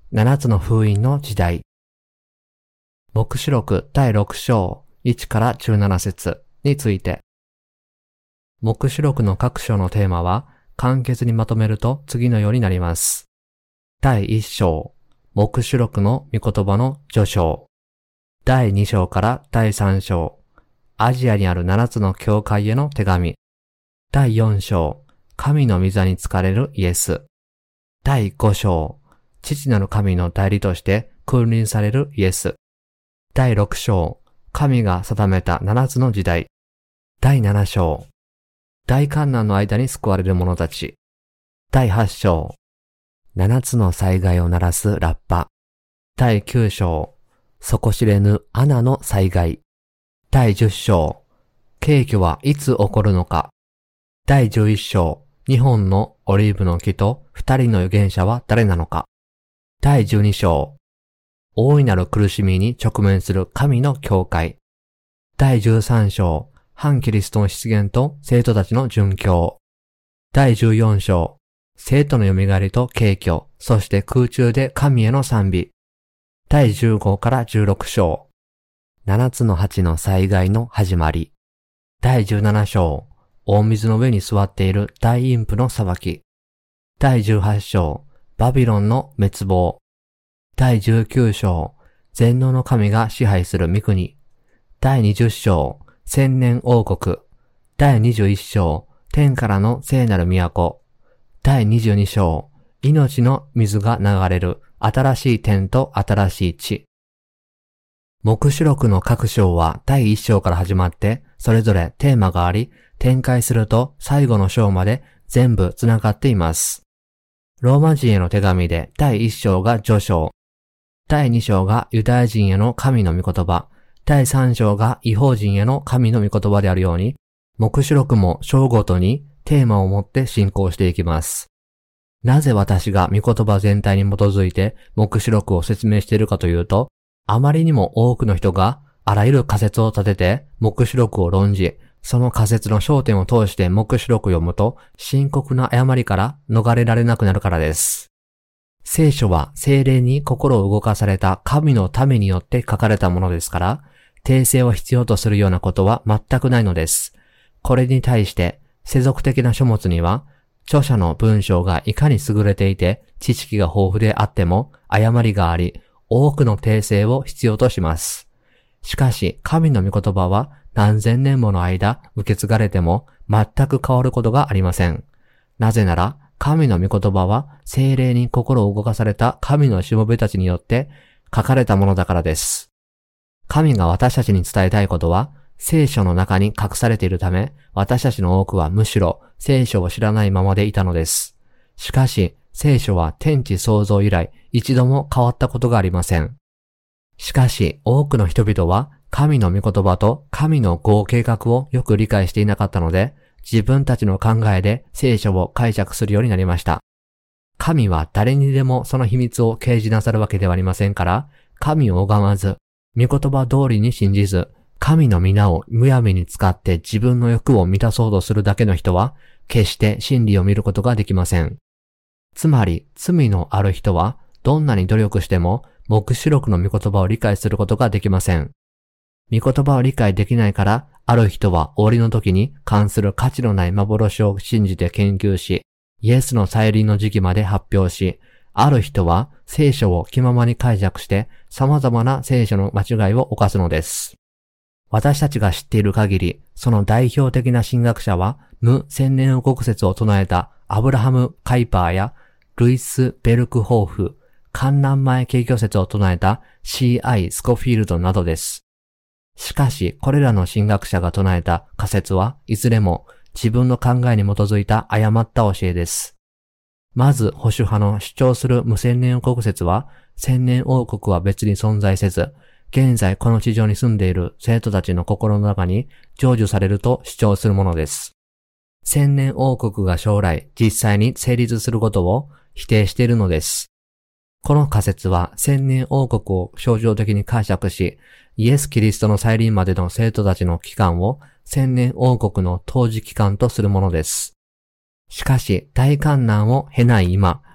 7つの封印の時代。黙示録第6章1から17節について。黙示録の各章のテーマは簡潔にまとめると次のようになります。第1章、黙示録の御言葉の序章。第2章から第3章、アジアにある7つの教会への手紙。第4章、神の御座に仕れるイエス。第5章、父なる神の代理として君臨されるイエス。第6章、神が定めた7つの時代。第7章、大患難の間に救われる者たち。第8章、7つの災害を鳴らすラッパ。第9章、底知れぬ穴の災害。第10章、景挙はいつ起こるのか。第11章、2本のオリーブの木と2人の預言者は誰なのか。第12章、大いなる苦しみに直面する神の教会。第13章、反キリストの出現と生徒たちの殉教。第14章、生徒の蘇りと景挙、そして空中で神への賛美。第15から16章、7つの鉢の災害の始まり。第17章、大水の上に座っている大陰譜の裁き。第18章、バビロンの滅亡。第19章、全能の神が支配する御国。第20章、千年王国。第21章、天からの聖なる都。第22章、命の水が流れる新しい天と新しい地。黙示録の各章は第1章から始まって、それぞれテーマがあり、展開すると最後の章まで全部つながっています。ローマ人への手紙で第1章が序章。第2章がユダヤ人への神の御言葉。第3章が異邦人への神の御言葉であるように、黙示録も章ごとにテーマを持って進行していきます。なぜ私が御言葉全体に基づいて黙示録を説明しているかというと、あまりにも多くの人があらゆる仮説を立てて黙示録を論じ、その仮説の焦点を通して黙示録を読むと深刻な誤りから逃れられなくなるからです。聖書は聖霊に心を動かされた神のためによって書かれたものですから、訂正を必要とするようなことは全くないのです。これに対して世俗的な書物には、著者の文章がいかに優れていて知識が豊富であっても誤りがあり、多くの訂正を必要とします。しかし、神の御言葉は何千年もの間受け継がれても全く変わることがありません。なぜなら、神の御言葉は聖霊に心を動かされた神のしもべたちによって書かれたものだからです。神が私たちに伝えたいことは聖書の中に隠されているため、私たちの多くはむしろ聖書を知らないままでいたのです。しかし、聖書は天地創造以来一度も変わったことがありません。しかし、多くの人々は神の御言葉と神の合計画をよく理解していなかったので、自分たちの考えで聖書を解釈するようになりました。神は誰にでもその秘密を掲示なさるわけではありませんから、神を拝まず、御言葉通りに信じず、神の皆をむやみに使って自分の欲を満たそうとするだけの人は、決して真理を見ることができません。つまり、罪のある人は、どんなに努力しても、黙示録の御言葉を理解することができません。御言葉を理解できないから、ある人は終わりの時に関する価値のない幻を信じて研究し、イエスの再臨の時期まで発表し、ある人は聖書を気ままに解釈して様々な聖書の間違いを犯すのです。私たちが知っている限り、その代表的な神学者は無千年王国説を唱えたアブラハム・カイパーやルイス・ベルクホーフ、観覧前景挙説を唱えた C.I. スコフィールドなどです。しかし、これらの神学者が唱えた仮説はいずれも自分の考えに基づいた誤った教えです。まず、保守派の主張する無千年王国説は、千年王国は別に存在せず、現在この地上に住んでいる生徒たちの心の中に成就されると主張するものです。千年王国が将来実際に成立することを否定しているのです。この仮説は千年王国を象徴的に解釈し、イエス・キリストの再臨までの生徒たちの期間を千年王国の当時期間とするものです。しかし、大患難を経ない今、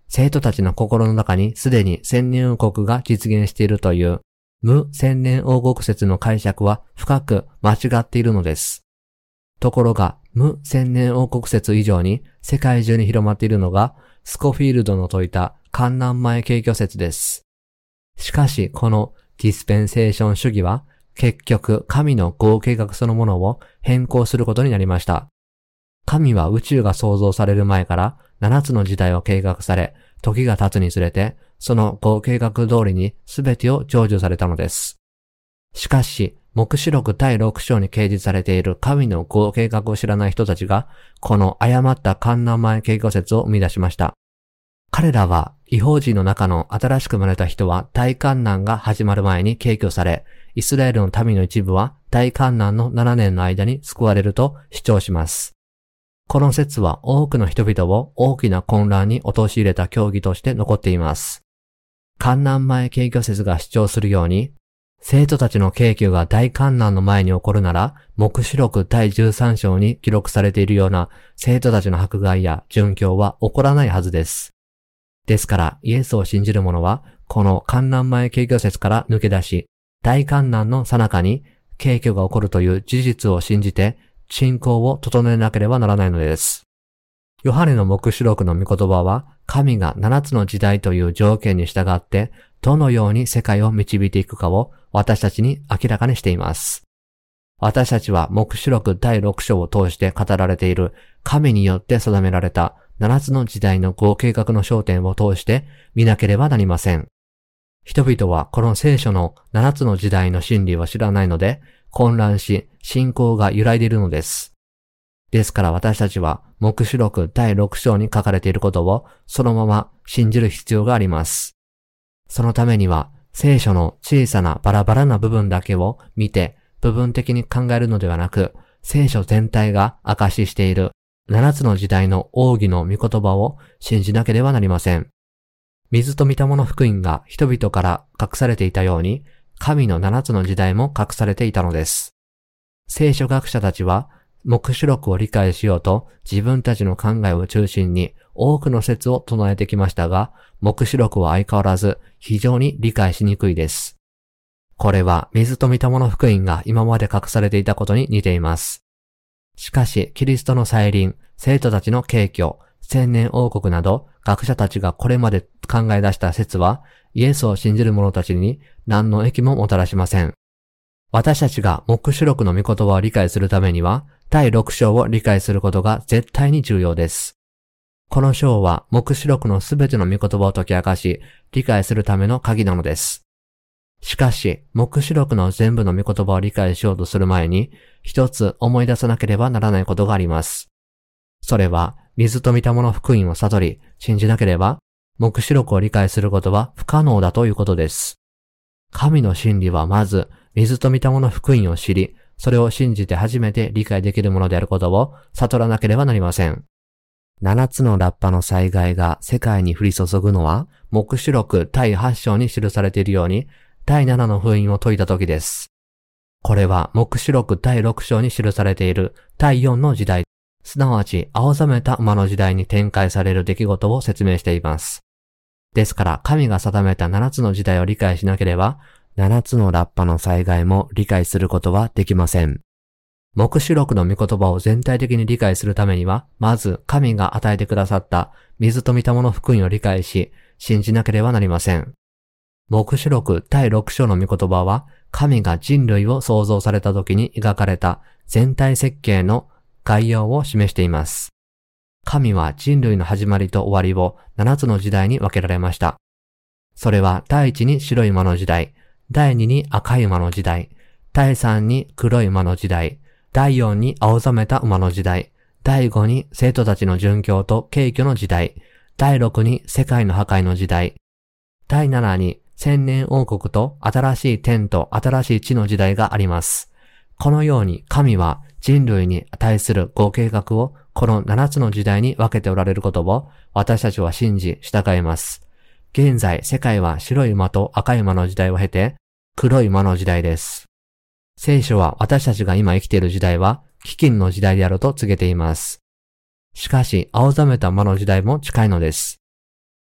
生徒たちの心の中にすでに千年王国が実現しているという無千年王国説の解釈は深く間違っているのです。ところが無千年王国説以上に世界中に広まっているのがスコフィールドの説いた観南前景挙説です。しかしこのディスペンセーション主義は結局神の合計学そのものを変更することになりました。神は宇宙が創造される前から7つの時代を計画され、時が経つにつれてその合計学通りに全てを成就されたのです。しかし、黙示録第6章に掲示されている神の合計学を知らない人たちが、この誤った観南前景挙説を生み出しました。彼らは、異邦人の中の新しく生まれた人は大観難が始まる前に景挙され、イスラエルの民の一部は大観難の7年の間に救われると主張します。この説は多くの人々を大きな混乱に陥れた教義として残っています。観難前景挙説が主張するように、生徒たちの景挙が大観難の前に起こるなら、黙示録第13章に記録されているような生徒たちの迫害や殉教は起こらないはずです。ですから、イエスを信じる者は、この観難前景挙説から抜け出し、大観難の最中に景挙が起こるという事実を信じて、信仰を整えなければならないのです。ヨハネの黙示録の御言葉は、神が7つの時代という条件に従って、どのように世界を導いていくかを私たちに明らかにしています。私たちは黙示録第6章を通して語られている神によって定められた7つの時代の合計学の焦点を通して見なければなりません。人々はこの聖書の7つの時代の真理を知らないので混乱し信仰が揺らいでいるのです。ですから私たちは黙示録第6章に書かれていることをそのまま信じる必要があります。そのためには聖書の小さなバラバラな部分だけを見て部分的に考えるのではなく、聖書全体が証ししている7つの時代の奥義の御言葉を信じなければなりません。水と御霊の福音が人々から隠されていたように、神の7つの時代も隠されていたのです。聖書学者たちは黙示録を理解しようと自分たちの考えを中心に多くの説を唱えてきましたが、黙示録は相変わらず非常に理解しにくいです。これは水と御霊の福音が今まで隠されていたことに似ています。しかし、キリストの再臨、生徒たちの景挙、千年王国など、学者たちがこれまで考え出した説は、イエスを信じる者たちに何の益ももたらしません。私たちが黙示録の御言葉を理解するためには、第6章を理解することが絶対に重要です。この章は黙示録のすべての御言葉を解き明かし、理解するための鍵なのです。しかし、黙示録の全部の御言葉を理解しようとする前に、一つ思い出さなければならないことがあります。それは、水と御霊の福音を悟り、信じなければ、黙示録を理解することは不可能だということです。神の真理はまず、水と御霊の福音を知り、それを信じて初めて理解できるものであることを悟らなければなりません。7つのラッパの災害が世界に降り注ぐのは、黙示録第8章に記されているように、第7の封印を解いた時です。これは黙示録第6章に記されている第4の時代、すなわち青ざめた馬の時代に展開される出来事を説明しています。ですから神が定めた7つの時代を理解しなければ、7つのラッパの災害も理解することはできません。黙示録の御言葉を全体的に理解するためには、まず神が与えてくださった水と御霊の福音を理解し、信じなければなりません。黙示録第6章の御言葉は、神が人類を創造された時に描かれた全体設計の概要を示しています。神は人類の始まりと終わりを7つの時代に分けられました。それは第1に白い馬の時代、第2に赤い馬の時代、第3に黒い馬の時代、第4に青ざめた馬の時代、第5に生徒たちの殉教と景挙の時代、第6に世界の破壊の時代、第7に千年王国と新しい天と新しい地の時代があります。このように神は人類に対するご計画をこの7つの時代に分けておられることを私たちは信じ従います。現在世界は白い馬と赤い馬の時代を経て黒い馬の時代です。聖書は私たちが今生きている時代は飢饉の時代であると告げています。しかし青ざめた馬の時代も近いのです。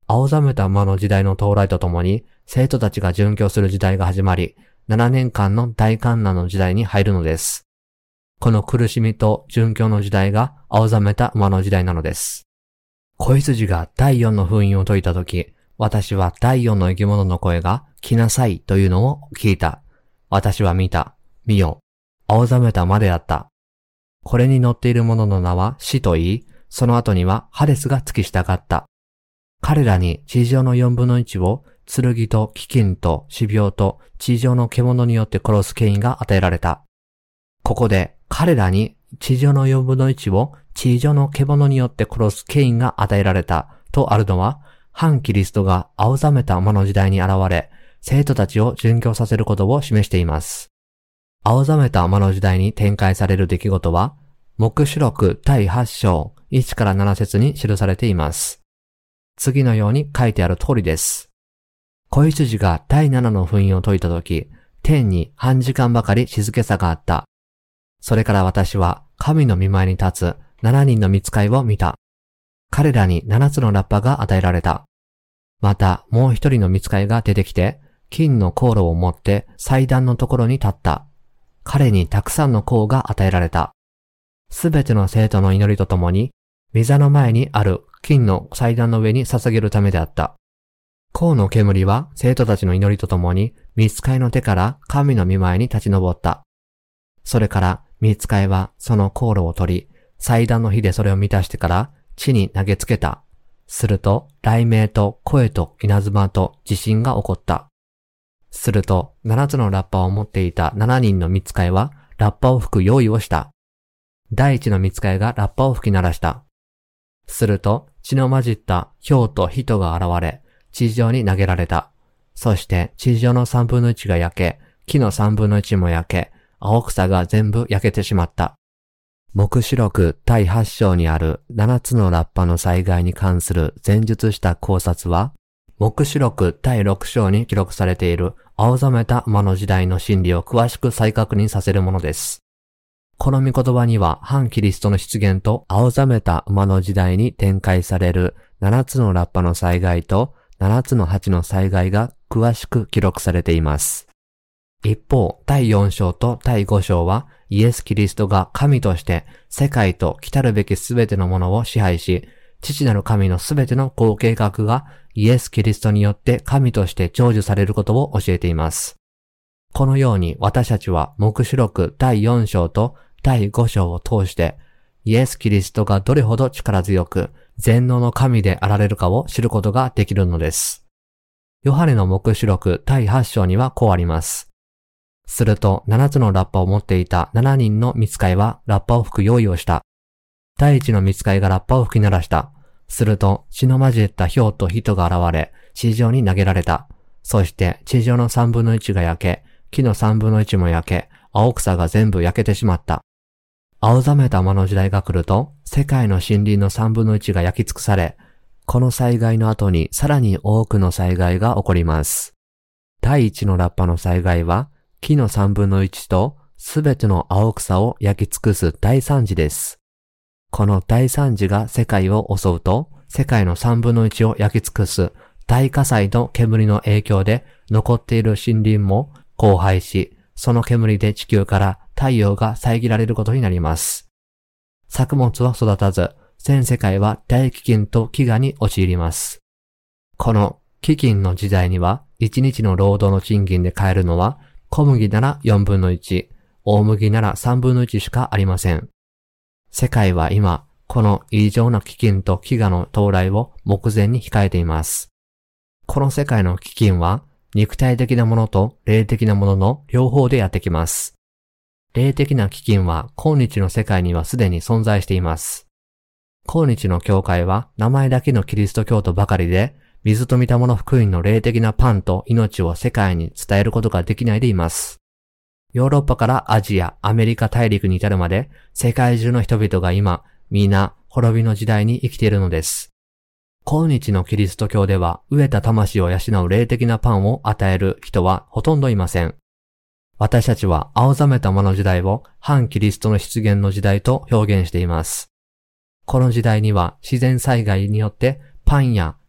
青ざめた馬の時代の到来とともに、生徒たちが殉教する時代が始まり、7年間の大観難の時代に入るのです。この苦しみと殉教の時代が青ざめた馬の時代なのです。子羊が第4の封印を解いたとき、私は第4の生き物の声が来なさいというのを聞いた。私は見た。見よ。青ざめた馬であった。これに乗っている者の名は死と言い、その後にはハデスが付き従った。彼らに地上の4分の1を剣と飢饉と死病と地上の獣によって殺す権威が与えられた。ここで彼らに地上の4分の1を地上の獣によって殺す権威が与えられたとあるのは、反キリストが青ざめた馬の時代に現れ、生徒たちを殉教させることを示しています。青ざめた馬の時代に展開される出来事は、黙示録第8章1から7節に記されています。次のように書いてある通りです。子羊が第7の封印を解いたとき、天に半時間ばかり静けさがあった。それから私は神の御前に立つ7人の御使いを見た。彼らに7つのラッパが与えられた。またもう一人の御使いが出てきて、金の香炉を持って祭壇のところに立った。彼にたくさんの香が与えられた。すべての生徒の祈りとともに、御座の前にある金の祭壇の上に捧げるためであった。香の煙は生徒たちの祈りとともに、御使いの手から神の御前に立ち上った。それから御使いはその香炉を取り、祭壇の火でそれを満たしてから地に投げつけた。すると雷鳴と声と稲妻と地震が起こった。すると7つのラッパを持っていた7人の御使いはラッパを吹く用意をした。第一の御使いがラッパを吹き鳴らした。すると血の混じった雹と人が現れ、地上に投げられた。そして地上の3分の1が焼け、木の3分の1も焼け、青草が全部焼けてしまった。黙示録第8章にある7つのラッパの災害に関する前述した考察は、黙示録第6章に記録されている青ざめた馬の時代の真理を詳しく再確認させるものです。この御言葉には反キリストの出現と青ざめた馬の時代に展開される7つのラッパの災害と7つの鉢の災害が詳しく記録されています。一方、第4章と第5章はイエス・キリストが神として世界と来たるべきすべてのものを支配し、父なる神のすべての合計画がイエス・キリストによって神として成就されることを教えています。このように私たちは黙示録第4章と第5章を通してイエス・キリストがどれほど力強く全能の神であられるかを知ることができるのです。ヨハネの黙示録第8章にはこうあります。すると7つのラッパを持っていた7人の御使いはラッパを吹く用意をした。第一の御使いがラッパを吹き鳴らした。すると血の混じった雹と人が現れ、地上に投げられた。そして地上の3分の1が焼け、木の3分の1も焼け、青草が全部焼けてしまった。青ざめた馬の時代が来ると、世界の森林の3分の1が焼き尽くされ、この災害の後にさらに多くの災害が起こります。第一のラッパの災害は、木の3分の1とすべての青草を焼き尽くす大惨事です。この大惨事が世界を襲うと、世界の3分の1を焼き尽くす大火災の煙の影響で残っている森林も荒廃し、その煙で地球から太陽が遮られることになります。作物は育たず、全世界は大飢饉と飢餓に陥ります。この飢饉の時代には、1日の労働の賃金で買えるのは、小麦なら4分の1、大麦なら3分の1しかありません。世界は今、この異常な飢饉と飢餓の到来を目前に控えています。この世界の飢饉は、肉体的なものと霊的なものの両方でやってきます。霊的な飢饉は今日の世界にはすでに存在しています。今日の教会は名前だけのキリスト教徒ばかりで、水と御霊の福音の霊的なパンと命を世界に伝えることができないでいます。ヨーロッパからアジア、アメリカ大陸に至るまで、世界中の人々が今、皆滅びの時代に生きているのです。今日のキリスト教では、飢えた魂を養う霊的なパンを与える人はほとんどいません。私たちは青ざめた魔の時代を反キリストの出現の時代と表現しています。この時代には自然災害によってパンや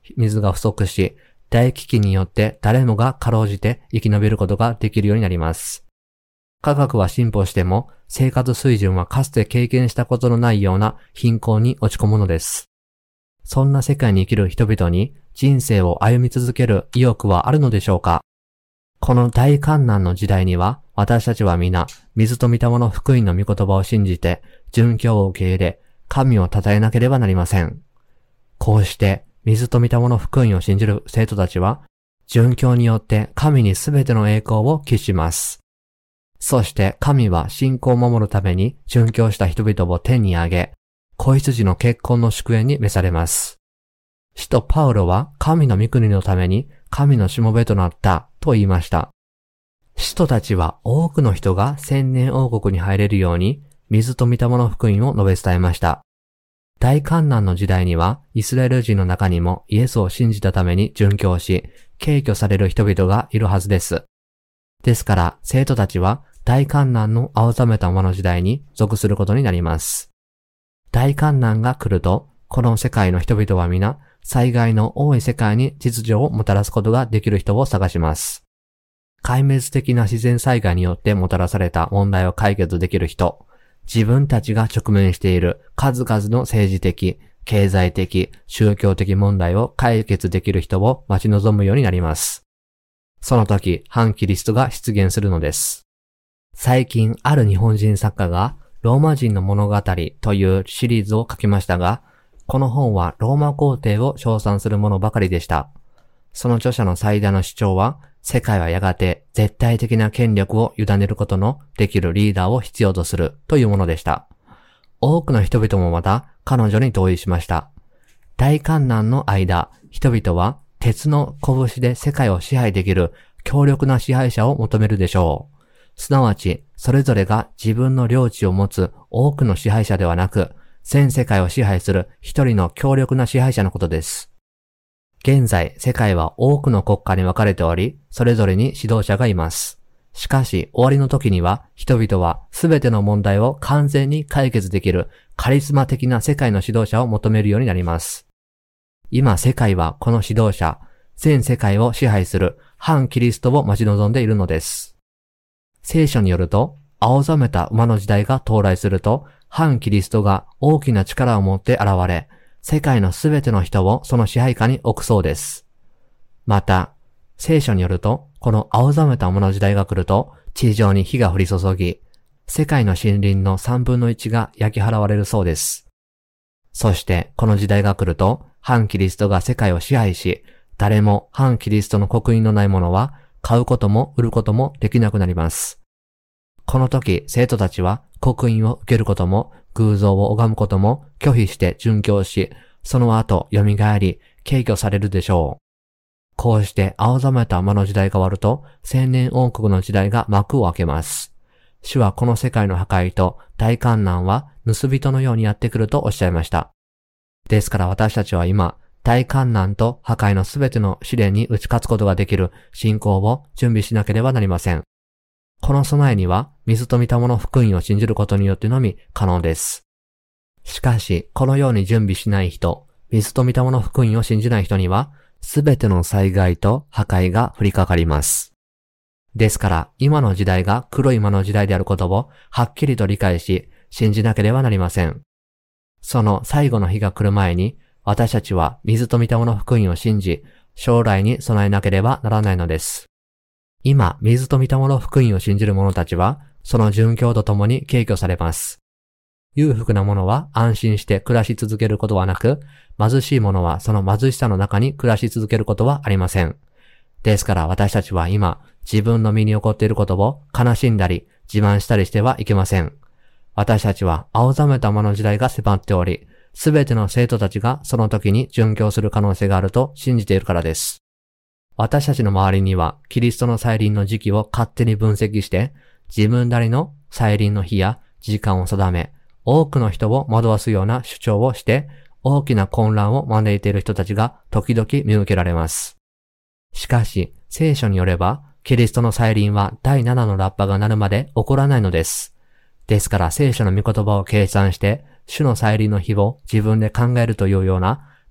水が不足し、大飢饉によって誰もがかろうじて生き延びることができるようになります。科学は進歩しても、生活水準はかつて経験したことのないような貧困に落ち込むのです。そんな世界に生きる人々に人生を歩み続ける意欲はあるのでしょうか？この大患難の時代には、私たちは皆、水と御霊の福音の御言葉を信じて、殉教を受け入れ、神を称えなければなりません。こうして、水と御霊の福音を信じる生徒たちは、殉教によって神にすべての栄光を期します。そして神は信仰を守るために殉教した人々を天に上げ、子羊の結婚の祝宴に召されます。使徒パウロは神の御国のために神のしもべとなったと言いました。使徒たちは多くの人が千年王国に入れるように水と御霊の福音を述べ伝えました。大患難の時代にはイスラエル人の中にもイエスを信じたために殉教し、敬挙される人々がいるはずです。ですから生徒たちは大患難の青ざめたままの時代に属することになります。大患難が来ると、この世界の人々は皆災害の多い世界に秩序をもたらすことができる人を探します。壊滅的な自然災害によってもたらされた問題を解決できる人、自分たちが直面している数々の政治的、経済的、宗教的問題を解決できる人を待ち望むようになります。その時、反キリストが出現するのです。最近、ある日本人作家が、ローマ人の物語というシリーズを書きましたが、この本はローマ皇帝を称賛するものばかりでした。その著者の最大の主張は、世界はやがて絶対的な権力を委ねることのできるリーダーを必要とするというものでした。多くの人々もまた彼女に同意しました。大患難の間、人々は鉄の拳で世界を支配できる強力な支配者を求めるでしょう。すなわち、それぞれが自分の領地を持つ多くの支配者ではなく、全世界を支配する一人の強力な支配者のことです。現在、世界は多くの国家に分かれており、それぞれに指導者がいます。しかし、終わりの時には、人々はすべての問題を完全に解決できるカリスマ的な世界の指導者を求めるようになります。今、世界はこの指導者、全世界を支配する反キリストを待ち望んでいるのです。聖書によると、青ざめた馬の時代が到来すると、反キリストが大きな力を持って現れ、世界のすべての人をその支配下に置くそうです。また、聖書によると、この青ざめた馬の時代が来ると、地上に火が降り注ぎ、世界の森林の3分の1が焼き払われるそうです。そして、この時代が来ると、反キリストが世界を支配し、誰も反キリストの刻印のないものは、買うことも売ることもできなくなります。この時、生徒たちは刻印を受けることも偶像を拝むことも拒否して殉教し、その後蘇り、敬挙されるでしょう。こうして青ざめた馬の時代が終わると、千年王国の時代が幕を開けます。主はこの世界の破壊と大患難は盗人のようにやってくるとおっしゃいました。ですから私たちは今、大患難と破壊のすべての試練に打ち勝つことができる信仰を準備しなければなりません。この備えには、水と御霊の福音を信じることによってのみ可能です。しかし、このように準備しない人、水と御霊の福音を信じない人には、すべての災害と破壊が降りかかります。ですから、今の時代が黒い馬の時代であることをはっきりと理解し、信じなければなりません。その最後の日が来る前に、私たちは水と御霊の福音を信じ、将来に備えなければならないのです。今、水と御霊の福音を信じる者たちは、その殉教とともに敬挙されます。裕福な者は安心して暮らし続けることはなく、貧しい者はその貧しさの中に暮らし続けることはありません。ですから私たちは今、自分の身に起こっていることを悲しんだり、自慢したりしてはいけません。私たちは青ざめた馬の時代が迫っており、すべての生徒たちがその時に殉教する可能性があると信じているからです。私たちの周りにはキリストの再臨の時期を勝手に分析して、自分なりの再臨の日や時間を定め、多くの人を惑わすような主張をして、大きな混乱を招いている人たちが時々見受けられます。しかし、聖書によれば、キリストの再臨は第7のラッパが鳴るまで起こらないのです。ですから聖書の御言葉を計算して、主の再臨の日を自分で考えるというような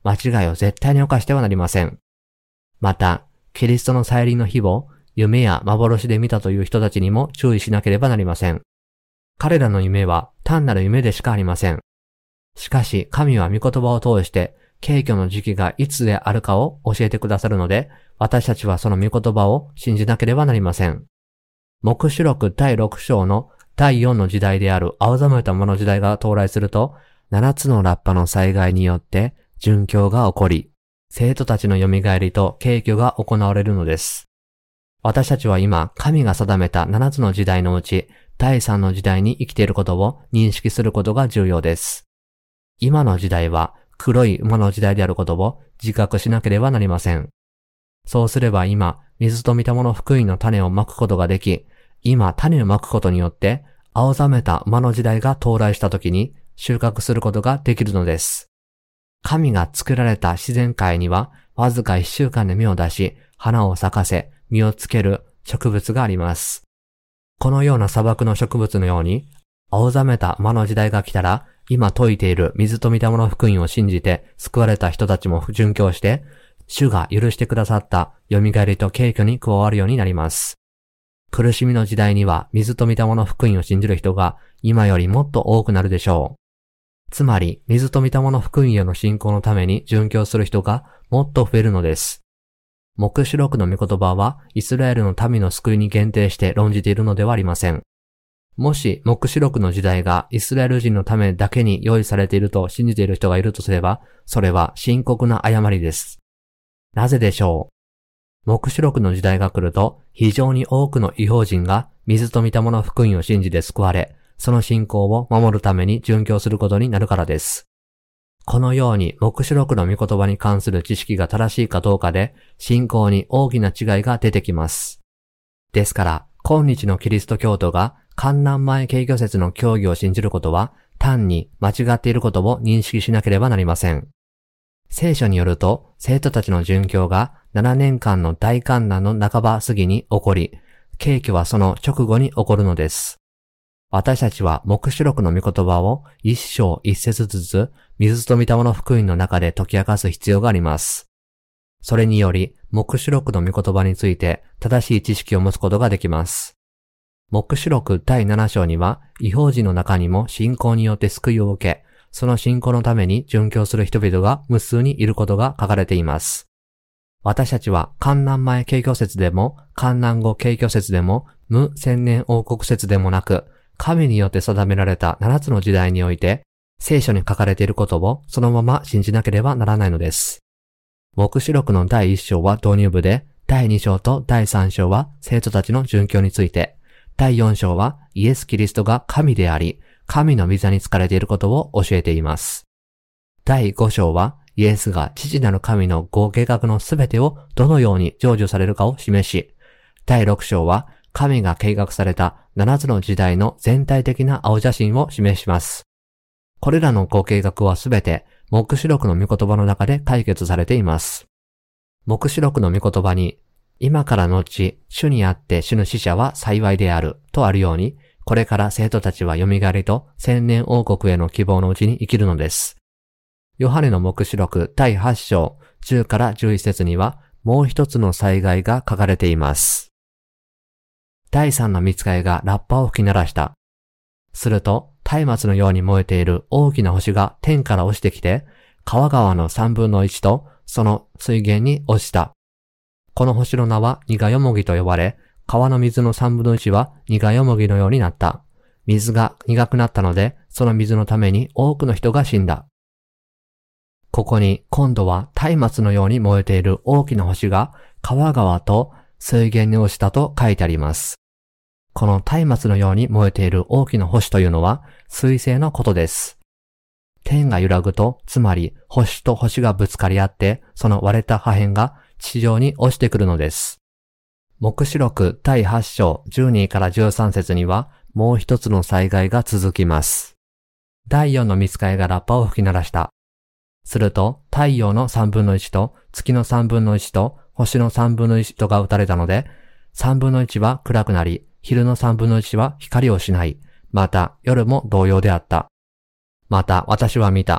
間違いを絶対に犯してはなりません。また、キリストの再臨の日を夢や幻で見たという人たちにも注意しなければなりません。彼らの夢は単なる夢でしかありません。しかし、神は御言葉を通して、景挙の時期がいつであるかを教えてくださるので、私たちはその御言葉を信じなければなりません。黙示録第6章の第4の時代である青ざめた魔の時代が到来すると、7つのラッパの災害によって殉教が起こり、生徒たちの蘇りと景挙が行われるのです。私たちは今、神が定めた7つの時代のうち、第3の時代に生きていることを認識することが重要です。今の時代は黒い馬の時代であることを自覚しなければなりません。そうすれば今、水と御霊の福音の種をまくことができ、今種をまくことによって、青ざめた馬の時代が到来した時に収穫することができるのです。神が作られた自然界には、わずか1週間で芽を出し、花を咲かせ、実をつける植物があります。このような砂漠の植物のように、青ざめた魔の時代が来たら、今説いている水と御霊の福音を信じて救われた人たちも殉教して、主が許してくださった蘇りと景挙に加わるようになります。苦しみの時代には水と御霊の福音を信じる人が今よりもっと多くなるでしょう。つまり、水と御霊の福音への信仰のために殉教する人がもっと増えるのです。黙示録の御言葉はイスラエルの民の救いに限定して論じているのではありません。もし黙示録の時代がイスラエル人のためだけに用意されていると信じている人がいるとすれば、それは深刻な誤りです。なぜでしょう。黙示録の時代が来ると、非常に多くの異邦人が水と御霊の福音を信じて救われ、その信仰を守るために殉教することになるからです。このように黙示録の御言葉に関する知識が正しいかどうかで、信仰に大きな違いが出てきます。ですから、今日のキリスト教徒が観覧前景挙説の教義を信じることは、単に間違っていることを認識しなければなりません。聖書によると、生徒たちの殉教が7年間の大観覧の半ば過ぎに起こり、景挙はその直後に起こるのです。私たちは黙示録の御言葉を一章一節ずつ、水と御霊の福音の中で解き明かす必要があります。それにより、黙示録の御言葉について正しい知識を持つことができます。黙示録第7章には、異邦人の中にも信仰によって救いを受け、その信仰のために殉教する人々が無数にいることが書かれています。私たちは観覧前景挙説でも、観覧後景挙説でも、無千年王国説でもなく、神によって定められた7つの時代において、聖書に書かれていることをそのまま信じなければならないのです。黙示録の第1章は導入部で、第2章と第3章は生徒たちの殉教について、第4章はイエス・キリストが神であり、神の御座に仕えていることを教えています。第5章はイエスが父なる神のご計画のすべてをどのように成就されるかを示し、第6章は神が計画された7つの時代の全体的な青写真を示します。これらのご計画はすべて黙示録の御言葉の中で解決されています。黙示録の御言葉に、今からのち、主にあって主の使者は幸いであるとあるように、これから生徒たちは蘇りと千年王国への希望のうちに生きるのです。ヨハネの黙示録第8章10から11節には、もう一つの災害が書かれています。第3の御使いがラッパを吹き鳴らした。すると、松明のように燃えている大きな星が天から落ちてきて、川川の3分の1とその水源に落ちた。この星の名は苦よもぎと呼ばれ、川の水の3分の1は苦よもぎのようになった。水が苦くなったので、その水のために多くの人が死んだ。ここに今度は松明のように燃えている大きな星が川川と水源に落ちたと書いてあります。この松明のように燃えている大きな星というのは彗星のことです。天が揺らぐと、つまり星と星がぶつかり合って、その割れた破片が地上に落ちてくるのです。黙示録第8章12から13節にはもう一つの災害が続きます。第4の御使いがラッパを吹き鳴らした。すると太陽の3分の1と月の3分の1と星の3分の1とが打たれたので、3分の1は暗くなり、昼の3分の1は光をしない。また夜も同様であった。また私は見た。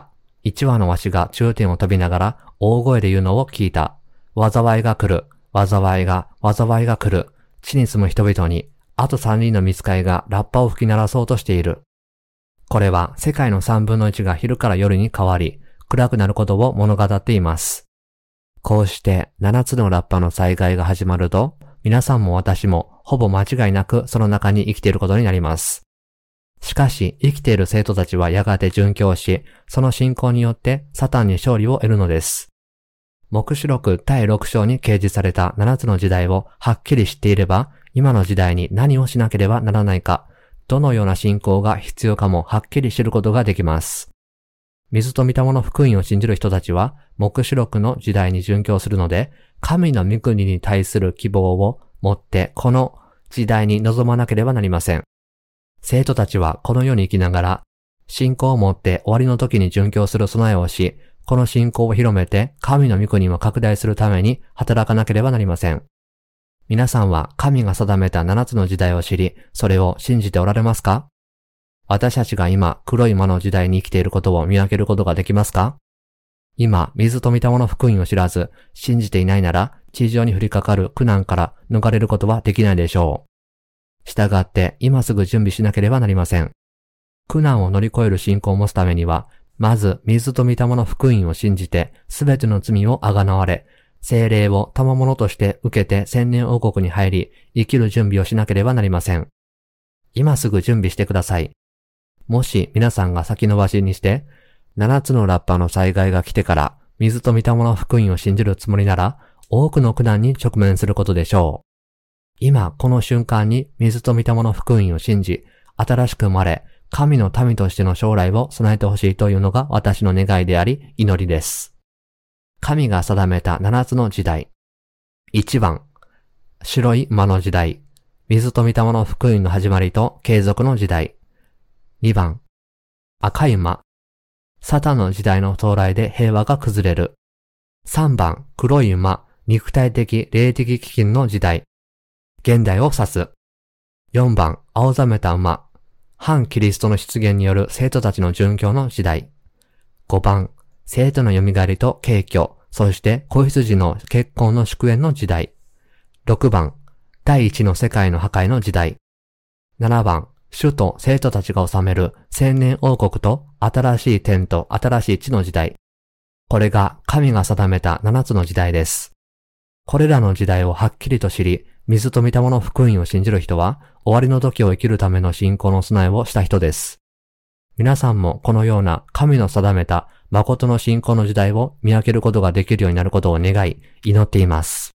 一羽のわしが中天を飛びながら大声で言うのを聞いた。災いが来る。災いが来る。地に住む人々に、あと3人の御使いがラッパを吹き鳴らそうとしている。これは世界の3分の1が昼から夜に変わり、暗くなることを物語っています。こうして7つのラッパの災害が始まると、皆さんも私もほぼ間違いなくその中に生きていることになります。しかし生きている生徒たちはやがて殉教し、その信仰によってサタンに勝利を得るのです。黙示録第6章に掲示された7つの時代をはっきり知っていれば、今の時代に何をしなければならないか、どのような信仰が必要かもはっきり知ることができます。水と御霊の福音を信じる人たちは、黙示録の時代に殉教するので、神の御国に対する希望を持ってこの時代に臨まなければなりません。生徒たちはこの世に生きながら、信仰を持って終わりの時に殉教する備えをし、この信仰を広めて神の御国を拡大するために働かなければなりません。皆さんは神が定めた7つの時代を知り、それを信じておられますか？私たちが今黒い魔の時代に生きていることを見分けることができますか？今、水と御霊の福音を知らず、信じていないなら、地上に降りかかる苦難から逃れることはできないでしょう。したがって、今すぐ準備しなければなりません。苦難を乗り越える信仰を持つためには、まず、水と御霊の福音を信じて、すべての罪をあがなわれ、聖霊を賜物として受けて千年王国に入り、生きる準備をしなければなりません。今すぐ準備してください。もし皆さんが先延ばしにして、7つのラッパの災害が来てから水と御霊の福音を信じるつもりなら、多くの苦難に直面することでしょう。今この瞬間に水と御霊の福音を信じ、新しく生まれ、神の民としての将来を備えてほしいというのが私の願いであり、祈りです。神が定めた7つの時代。1番、白い魔の時代。水と御霊の福音の始まりと継続の時代。2番、赤い馬。サタンの時代の到来で平和が崩れる。3番、黒い馬。肉体的、霊的飢饉の時代。現代を指す。4番、青ざめた馬。反キリストの出現による生徒たちの殉教の時代。5番、生徒の蘇りと敬虚、そして子羊の結婚の祝宴の時代。6番、第一の世界の破壊の時代。7番、主と生徒たちが治める千年王国と新しい天と新しい地の時代。これが神が定めた7つの時代です。これらの時代をはっきりと知り、水と御霊の福音を信じる人は、終わりの時を生きるための信仰の備えをした人です。皆さんもこのような神の定めた誠の信仰の時代を見分けることができるようになることを願い、祈っています。